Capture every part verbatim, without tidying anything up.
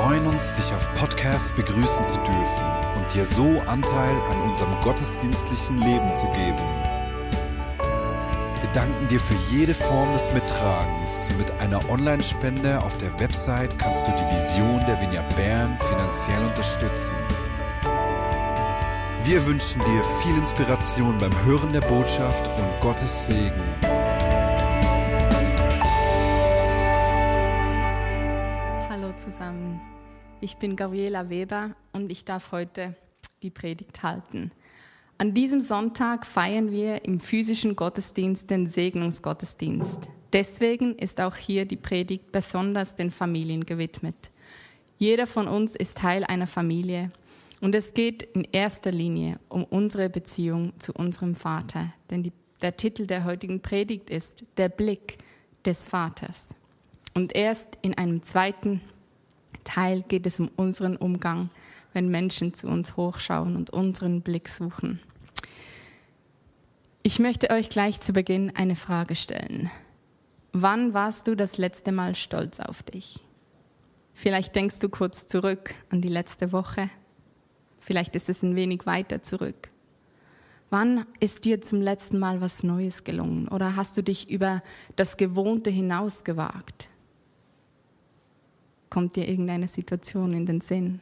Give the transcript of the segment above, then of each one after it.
freuen uns, dich auf Podcast begrüßen zu dürfen und dir so Anteil an unserem gottesdienstlichen Leben zu geben. Wir danken dir für jede Form des Mittragens. Mit einer Online-Spende auf der Website kannst du die Vision der Vineyard Bern finanziell unterstützen. Wir wünschen dir viel Inspiration beim Hören der Botschaft und Gottes Segen. Hallo zusammen, ich bin Gabriela Weber und ich darf heute die Predigt halten. An diesem Sonntag feiern wir im physischen Gottesdienst den Segnungsgottesdienst. Deswegen ist auch hier die Predigt besonders den Familien gewidmet. Jeder von uns ist Teil einer Familie und es geht in erster Linie um unsere Beziehung zu unserem Vater. Denn die, der Titel der heutigen Predigt ist Der Blick des Vaters. Und erst in einem zweiten Teil geht es um unseren Umgang, wenn Menschen zu uns hochschauen und unseren Blick suchen. Ich möchte euch gleich zu Beginn eine Frage stellen. Wann warst du das letzte Mal stolz auf dich? Vielleicht denkst du kurz zurück an die letzte Woche. Vielleicht ist es ein wenig weiter zurück. Wann ist dir zum letzten Mal was Neues gelungen? Oder hast du dich über das Gewohnte hinausgewagt? Kommt dir irgendeine Situation in den Sinn?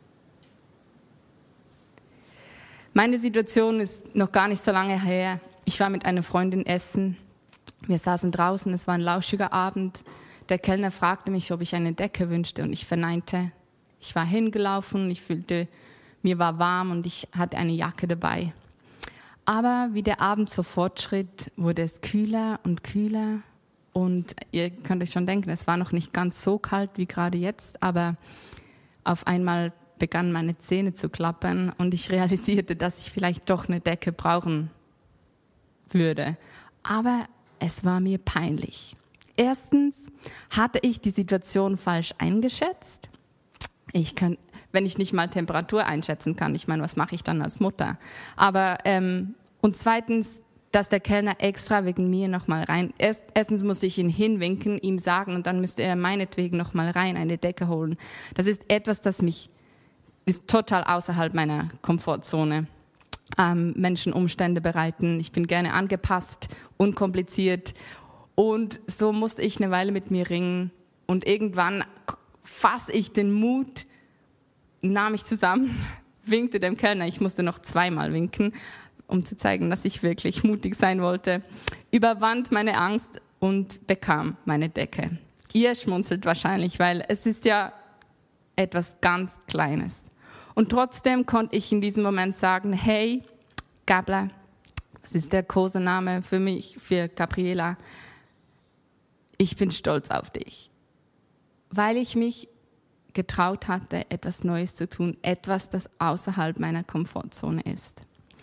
Meine Situation ist noch gar nicht so lange her. Ich war mit einer Freundin essen. Wir saßen draußen, es war ein lauschiger Abend. Der Kellner fragte mich, ob ich eine Decke wünschte und ich verneinte. Ich war hingelaufen, ich fühlte, mir war warm und ich hatte eine Jacke dabei. Aber wie der Abend so fortschritt, wurde es kühler und kühler. Und ihr könnt euch schon denken, es war noch nicht ganz so kalt wie gerade jetzt, aber auf einmal begannen meine Zähne zu klappern und ich realisierte, dass ich vielleicht doch eine Decke brauchen würde. Aber es war mir peinlich. Erstens hatte ich die Situation falsch eingeschätzt. Ich kann, wenn ich nicht mal Temperatur einschätzen kann, ich meine, was mache ich dann als Mutter? Aber ähm, und zweitens, dass der Kellner extra wegen mir nochmal rein, erst, erstens musste ich ihn hinwinken, ihm sagen und dann müsste er meinetwegen nochmal rein eine Decke holen. Das ist etwas, das mich ist total außerhalb meiner Komfortzone. Ähm, Menschen Umstände bereiten. Ich bin gerne angepasst, unkompliziert. Und so musste ich eine Weile mit mir ringen. Und irgendwann fasse ich den Mut, nahm mich zusammen, winkte dem Kellner. Ich musste noch zweimal winken, um zu zeigen, dass ich wirklich mutig sein wollte. Überwand meine Angst und bekam meine Decke. Ihr schmunzelt wahrscheinlich, weil es ist ja etwas ganz Kleines. Und trotzdem konnte ich in diesem Moment sagen, hey, Gabla, das ist der Kosename für mich, für Gabriela, ich bin stolz auf dich. Weil ich mich getraut hatte, etwas Neues zu tun, etwas, das außerhalb meiner Komfortzone ist.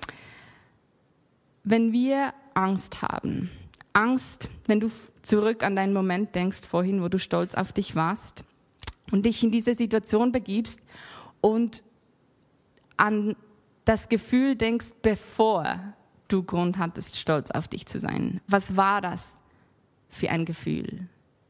Wenn wir Angst haben, Angst, wenn du zurück an deinen Moment denkst vorhin, wo du stolz auf dich warst und dich in diese Situation begibst und an das Gefühl denkst, bevor du Grund hattest, stolz auf dich zu sein. Was war das für ein Gefühl?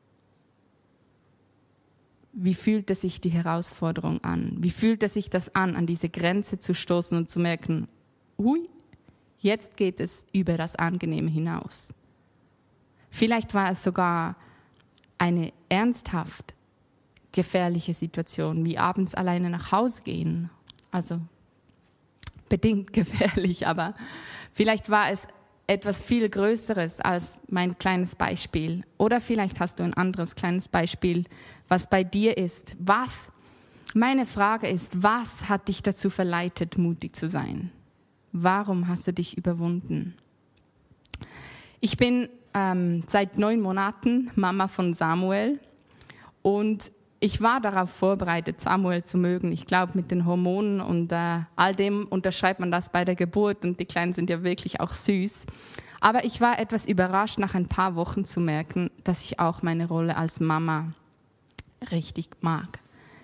Wie fühlte sich die Herausforderung an? Wie fühlte sich das an, an diese Grenze zu stoßen und zu merken, hui, jetzt geht es über das Angenehme hinaus. Vielleicht war es sogar eine ernsthaft gefährliche Situation, wie abends alleine nach Hause gehen. Also bedingt gefährlich, aber vielleicht war es etwas viel Größeres als mein kleines Beispiel. Oder vielleicht hast du ein anderes kleines Beispiel, was bei dir ist. Was? Meine Frage ist, was hat dich dazu verleitet, mutig zu sein? Warum hast du dich überwunden? Ich bin ähm, seit neun Monaten Mama von Samuel und ich war darauf vorbereitet, Samuel zu mögen. Ich glaube, mit den Hormonen und äh, all dem unterschreibt man das bei der Geburt und die Kleinen sind ja wirklich auch süß. Aber ich war etwas überrascht, nach ein paar Wochen zu merken, dass ich auch meine Rolle als Mama richtig mag.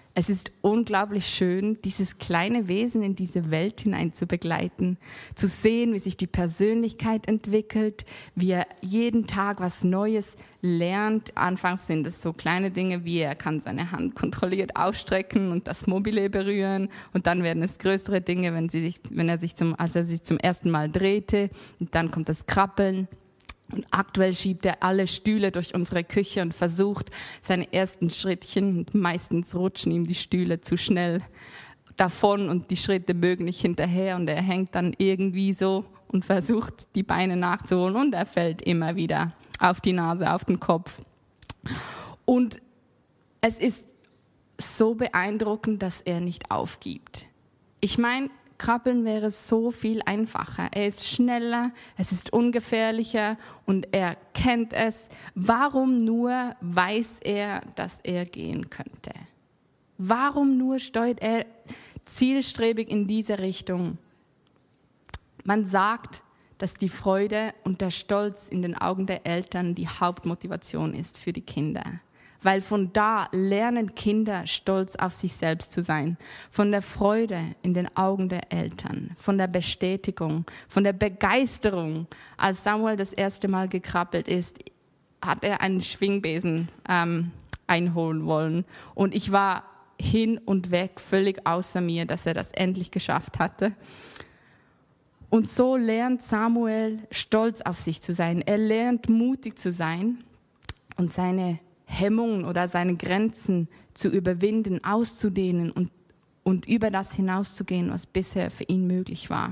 Es ist unglaublich schön, dieses kleine Wesen in diese Welt hinein zu begleiten, zu sehen, wie sich die Persönlichkeit entwickelt, wie er jeden Tag was Neues lernt. Anfangs sind es so kleine Dinge, wie er kann seine Hand kontrolliert ausstrecken und das Mobile berühren. Und dann werden es größere Dinge, wenn, sie sich, wenn er sich zum, als er sich zum ersten Mal drehte. Und dann kommt das Krabbeln. Und aktuell schiebt er alle Stühle durch unsere Küche und versucht seine ersten Schrittchen. Und meistens rutschen ihm die Stühle zu schnell davon und die Schritte mögen nicht hinterher. Und er hängt dann irgendwie so und versucht, die Beine nachzuholen. Und er fällt immer wieder auf die Nase, auf den Kopf. Und es ist so beeindruckend, dass er nicht aufgibt. Ich meine, Krabbeln wäre so viel einfacher. Er ist schneller, es ist ungefährlicher und er kennt es. Warum nur weiß er, dass er gehen könnte? Warum nur steuert er zielstrebig in diese Richtung? Man sagt, dass die Freude und der Stolz in den Augen der Eltern die Hauptmotivation ist für die Kinder. Weil von da lernen Kinder, stolz auf sich selbst zu sein. Von der Freude in den Augen der Eltern, von der Bestätigung, von der Begeisterung. Als Samuel das erste Mal gekrabbelt ist, hat er einen Schwingbesen ähm, einholen wollen. Und ich war hin und weg, völlig außer mir, dass er das endlich geschafft hatte. Und so lernt Samuel, stolz auf sich zu sein. Er lernt, mutig zu sein und seine Hemmungen oder seine Grenzen zu überwinden, auszudehnen und, und über das hinauszugehen, was bisher für ihn möglich war.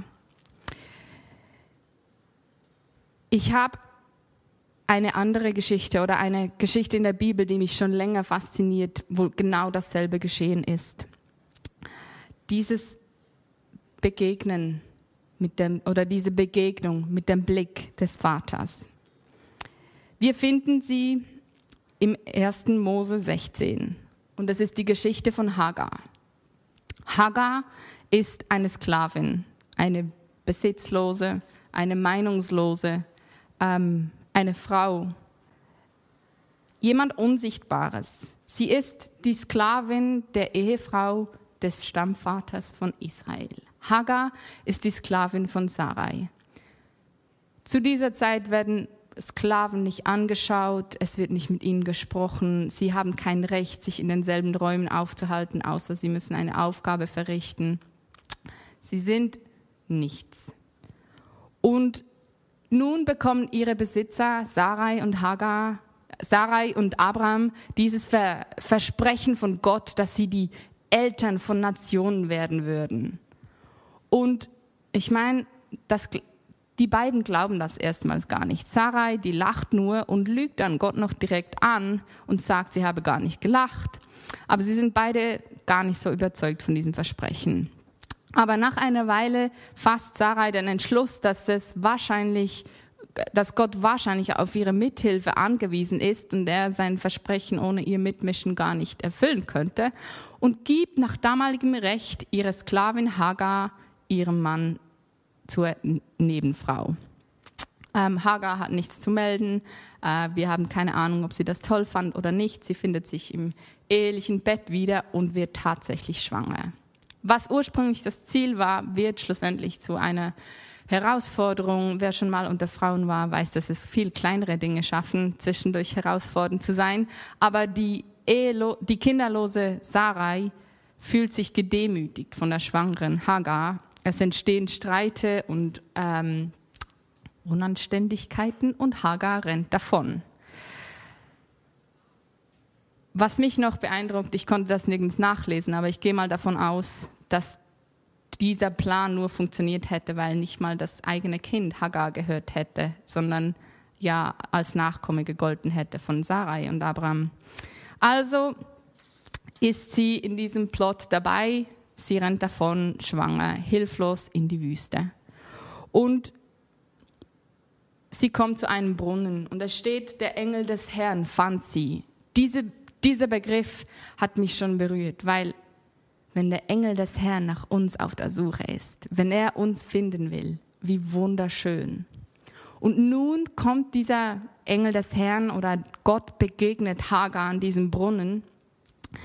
Ich habe eine andere Geschichte oder eine Geschichte in der Bibel, die mich schon länger fasziniert, wo genau dasselbe geschehen ist. Dieses Begegnen mit dem, oder diese Begegnung mit dem Blick des Vaters. Wir finden sie im ersten Mose sechzehn. Und das ist die Geschichte von Hagar. Hagar ist eine Sklavin, eine besitzlose, eine meinungslose, ähm, eine Frau, jemand Unsichtbares. Sie ist die Sklavin der Ehefrau des Stammvaters von Israel. Hagar ist die Sklavin von Sarai. Zu dieser Zeit werden Sklaven nicht angeschaut, es wird nicht mit ihnen gesprochen, sie haben kein Recht, sich in denselben Räumen aufzuhalten, außer sie müssen eine Aufgabe verrichten. Sie sind nichts. Und nun bekommen ihre Besitzer, Sarai und Hagar, Sarai und Abraham, dieses Ver- Versprechen von Gott, dass sie die Eltern von Nationen werden würden. Und ich meine, das Die beiden glauben das erstmals gar nicht. Sarai, die lacht nur und lügt dann Gott noch direkt an und sagt, sie habe gar nicht gelacht. Aber sie sind beide gar nicht so überzeugt von diesem Versprechen. Aber nach einer Weile fasst Sarai den Entschluss, dass es wahrscheinlich, dass Gott wahrscheinlich auf ihre Mithilfe angewiesen ist und er sein Versprechen ohne ihr Mitmischen gar nicht erfüllen könnte und gibt nach damaligem Recht ihre Sklavin Hagar ihrem Mann zur Nebenfrau. Ähm, Hagar hat nichts zu melden. Äh, wir haben keine Ahnung, ob sie das toll fand oder nicht. Sie findet sich im ehelichen Bett wieder und wird tatsächlich schwanger. Was ursprünglich das Ziel war, wird schlussendlich zu einer Herausforderung. Wer schon mal unter Frauen war, weiß, dass es viel kleinere Dinge schaffen, zwischendurch herausfordernd zu sein. Aber die, Ehelo- die kinderlose Sarai fühlt sich gedemütigt von der schwangeren Hagar. Es entstehen Streite und ähm, Unanständigkeiten und Hagar rennt davon. Was mich noch beeindruckt, ich konnte das nirgends nachlesen, aber ich gehe mal davon aus, dass dieser Plan nur funktioniert hätte, weil nicht mal das eigene Kind Hagar gehört hätte, sondern ja als Nachkomme gegolten hätte von Sarai und Abraham. Also ist sie in diesem Plot dabei, sie rennt davon, schwanger, hilflos in die Wüste. Und sie kommt zu einem Brunnen und da steht, der Engel des Herrn fand sie. Diese, dieser Begriff hat mich schon berührt, weil wenn der Engel des Herrn nach uns auf der Suche ist, wenn er uns finden will, wie wunderschön. Und nun kommt dieser Engel des Herrn oder Gott begegnet Hagar an diesem Brunnen.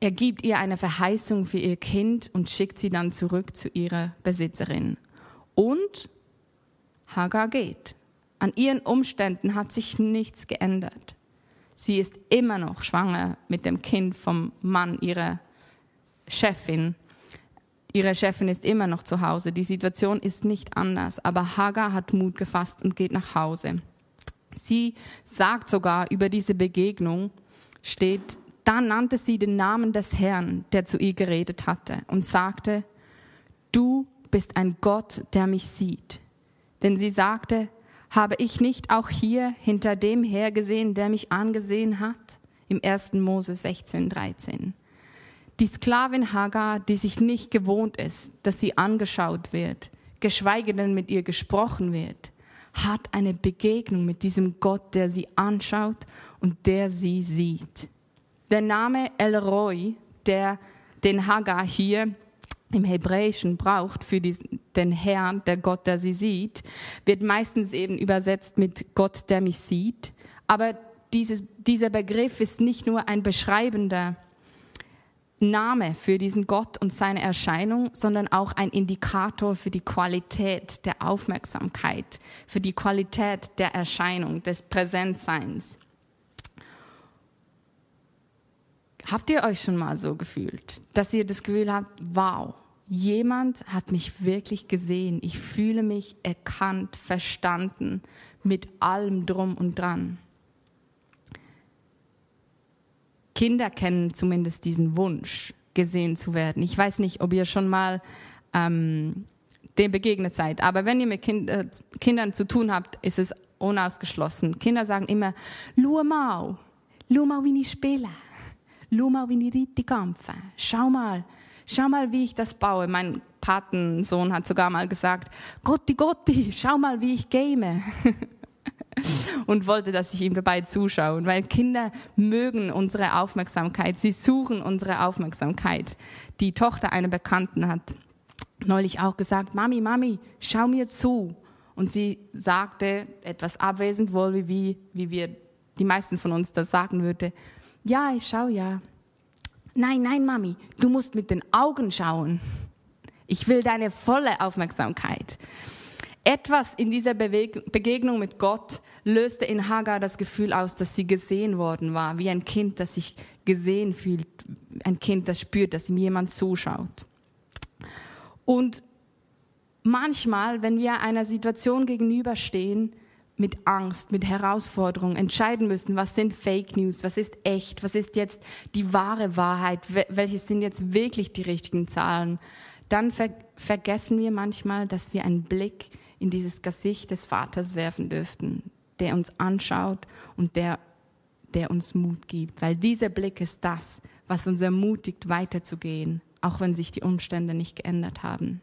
Er gibt ihr eine Verheißung für ihr Kind und schickt sie dann zurück zu ihrer Besitzerin. Und Hagar geht. An ihren Umständen hat sich nichts geändert. Sie ist immer noch schwanger mit dem Kind vom Mann ihrer Chefin. Ihre Chefin ist immer noch zu Hause. Die Situation ist nicht anders. Aber Hagar hat Mut gefasst und geht nach Hause. Sie sagt sogar über diese Begegnung, steht, da nannte sie den Namen des Herrn, der zu ihr geredet hatte, und sagte, du bist ein Gott, der mich sieht. Denn sie sagte, habe ich nicht auch hier hinter dem hergesehen, der mich angesehen hat? Im ersten Mose sechzehn, dreizehn. Die Sklavin Hagar, die sich nicht gewohnt ist, dass sie angeschaut wird, geschweige denn mit ihr gesprochen wird, hat eine Begegnung mit diesem Gott, der sie anschaut und der sie sieht. Der Name El Roi, der den Hagar hier im Hebräischen braucht für diesen, den Herrn, der Gott, der sie sieht, wird meistens eben übersetzt mit Gott, der mich sieht. Aber dieses, dieser Begriff ist nicht nur ein beschreibender Name für diesen Gott und seine Erscheinung, sondern auch ein Indikator für die Qualität der Aufmerksamkeit, für die Qualität der Erscheinung, des Präsentseins. Habt ihr euch schon mal so gefühlt, dass ihr das Gefühl habt, wow, jemand hat mich wirklich gesehen, ich fühle mich erkannt, verstanden, mit allem drum und dran. Kinder kennen zumindest diesen Wunsch, gesehen zu werden. Ich weiß nicht, ob ihr schon mal ähm, dem begegnet seid, aber wenn ihr mit kind, äh, Kindern zu tun habt, ist es unausgeschlossen. Kinder sagen immer, schau mal, schau mal, wie ich spiele. Schau mal, wie ich richtig kämpfe. Schau mal, schau mal, wie ich das baue. Mein Patensohn hat sogar mal gesagt, Gotti, Gotti, schau mal, wie ich game. Und wollte, dass ich ihm dabei zuschaue. Weil Kinder mögen unsere Aufmerksamkeit. Sie suchen unsere Aufmerksamkeit. Die Tochter einer Bekannten hat neulich auch gesagt, Mami, Mami, schau mir zu. Und sie sagte, etwas abwesend wohl, wie, wie wir, die meisten von uns das sagen würden, ja, ich schau ja. Nein, nein, Mami, du musst mit den Augen schauen. Ich will deine volle Aufmerksamkeit. Etwas in dieser Beweg- Begegnung mit Gott löste in Hagar das Gefühl aus, dass sie gesehen worden war, wie ein Kind, das sich gesehen fühlt, ein Kind, das spürt, dass ihm jemand zuschaut. Und manchmal, wenn wir einer Situation gegenüberstehen, mit Angst, mit Herausforderungen entscheiden müssen, was sind Fake News, was ist echt, was ist jetzt die wahre Wahrheit, welche sind jetzt wirklich die richtigen Zahlen, dann ver- vergessen wir manchmal, dass wir einen Blick in dieses Gesicht des Vaters werfen dürften, der uns anschaut und der, der uns Mut gibt. Weil dieser Blick ist das, was uns ermutigt, weiterzugehen, auch wenn sich die Umstände nicht geändert haben.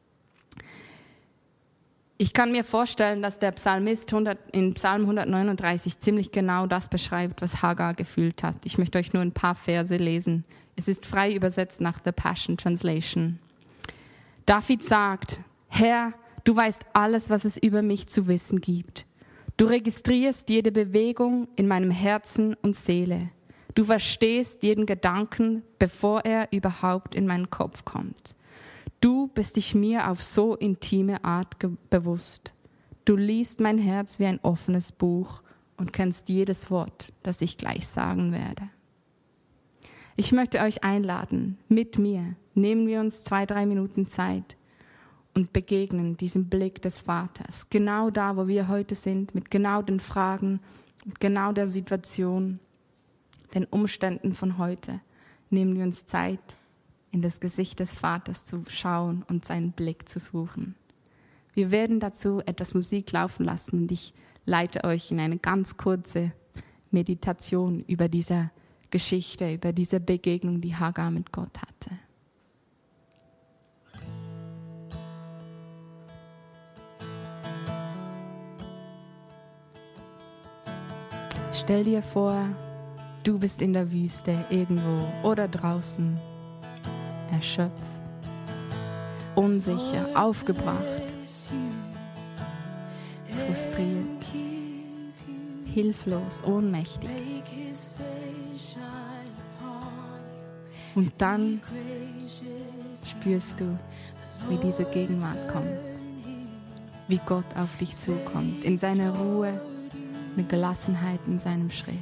Ich kann mir vorstellen, dass der Psalmist in Psalm hundertneununddreißig ziemlich genau das beschreibt, was Hagar gefühlt hat. Ich möchte euch nur ein paar Verse lesen. Es ist frei übersetzt nach The Passion Translation. David sagt, Herr, du weißt alles, was es über mich zu wissen gibt. Du registrierst jede Bewegung in meinem Herzen und Seele. Du verstehst jeden Gedanken, bevor er überhaupt in meinen Kopf kommt. Du bist dich mir auf so intime Art ge- bewusst. Du liest mein Herz wie ein offenes Buch und kennst jedes Wort, das ich gleich sagen werde. Ich möchte euch einladen, mit mir nehmen wir uns zwei, drei Minuten Zeit und begegnen diesem Blick des Vaters. Genau da, wo wir heute sind, mit genau den Fragen, mit genau der Situation, den Umständen von heute, nehmen wir uns Zeit, in das Gesicht des Vaters zu schauen und seinen Blick zu suchen. Wir werden dazu etwas Musik laufen lassen und ich leite euch in eine ganz kurze Meditation über diese Geschichte, über diese Begegnung, die Hagar mit Gott hatte. Stell dir vor, du bist in der Wüste irgendwo oder draußen, erschöpft, unsicher, aufgebracht, frustriert, hilflos, ohnmächtig. Und dann spürst du, wie diese Gegenwart kommt, wie Gott auf dich zukommt, in seiner Ruhe, mit Gelassenheit in seinem Schritt.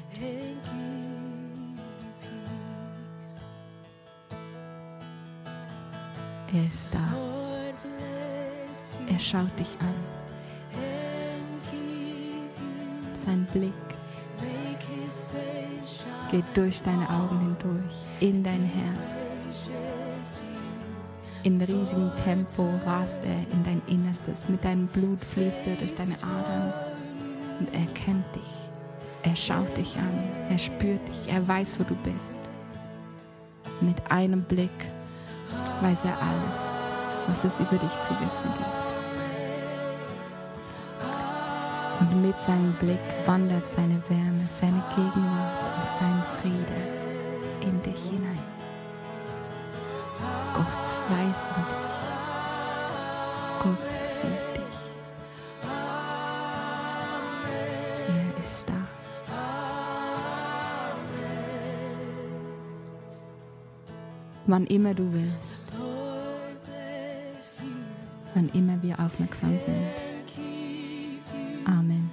Er ist da. Er schaut dich an. Sein Blick geht durch deine Augen hindurch, in dein Herz. In riesigem Tempo rast er in dein Innerstes. Mit deinem Blut fließt er durch deine Adern. Und er kennt dich. Er schaut dich an. Er spürt dich. Er weiß, wo du bist. Mit einem Blick weiß er alles, was es über dich zu wissen gibt. Und mit seinem Blick wandert seine Wärme, seine Gegenwart und sein Friede in dich hinein. Gott weiß um dich. Gott sieht dich. Er ist da. Wann immer du willst. Wann immer wir aufmerksam sind. Amen.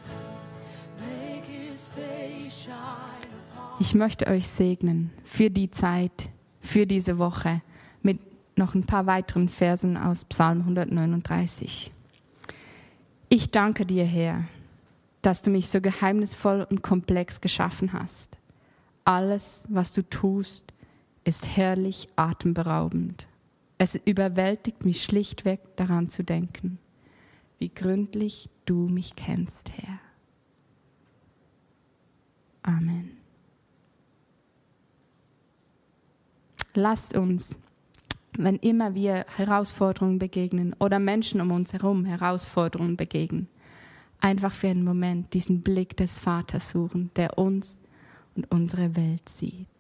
Ich möchte euch segnen für die Zeit, für diese Woche mit noch ein paar weiteren Versen aus Psalm hundertneununddreißig. Ich danke dir, Herr, dass du mich so geheimnisvoll und komplex geschaffen hast. Alles, was du tust, ist herrlich atemberaubend. Es überwältigt mich schlichtweg, daran zu denken, wie gründlich du mich kennst, Herr. Amen. Lasst uns, wenn immer wir Herausforderungen begegnen oder Menschen um uns herum Herausforderungen begegnen, einfach für einen Moment diesen Blick des Vaters suchen, der uns und unsere Welt sieht.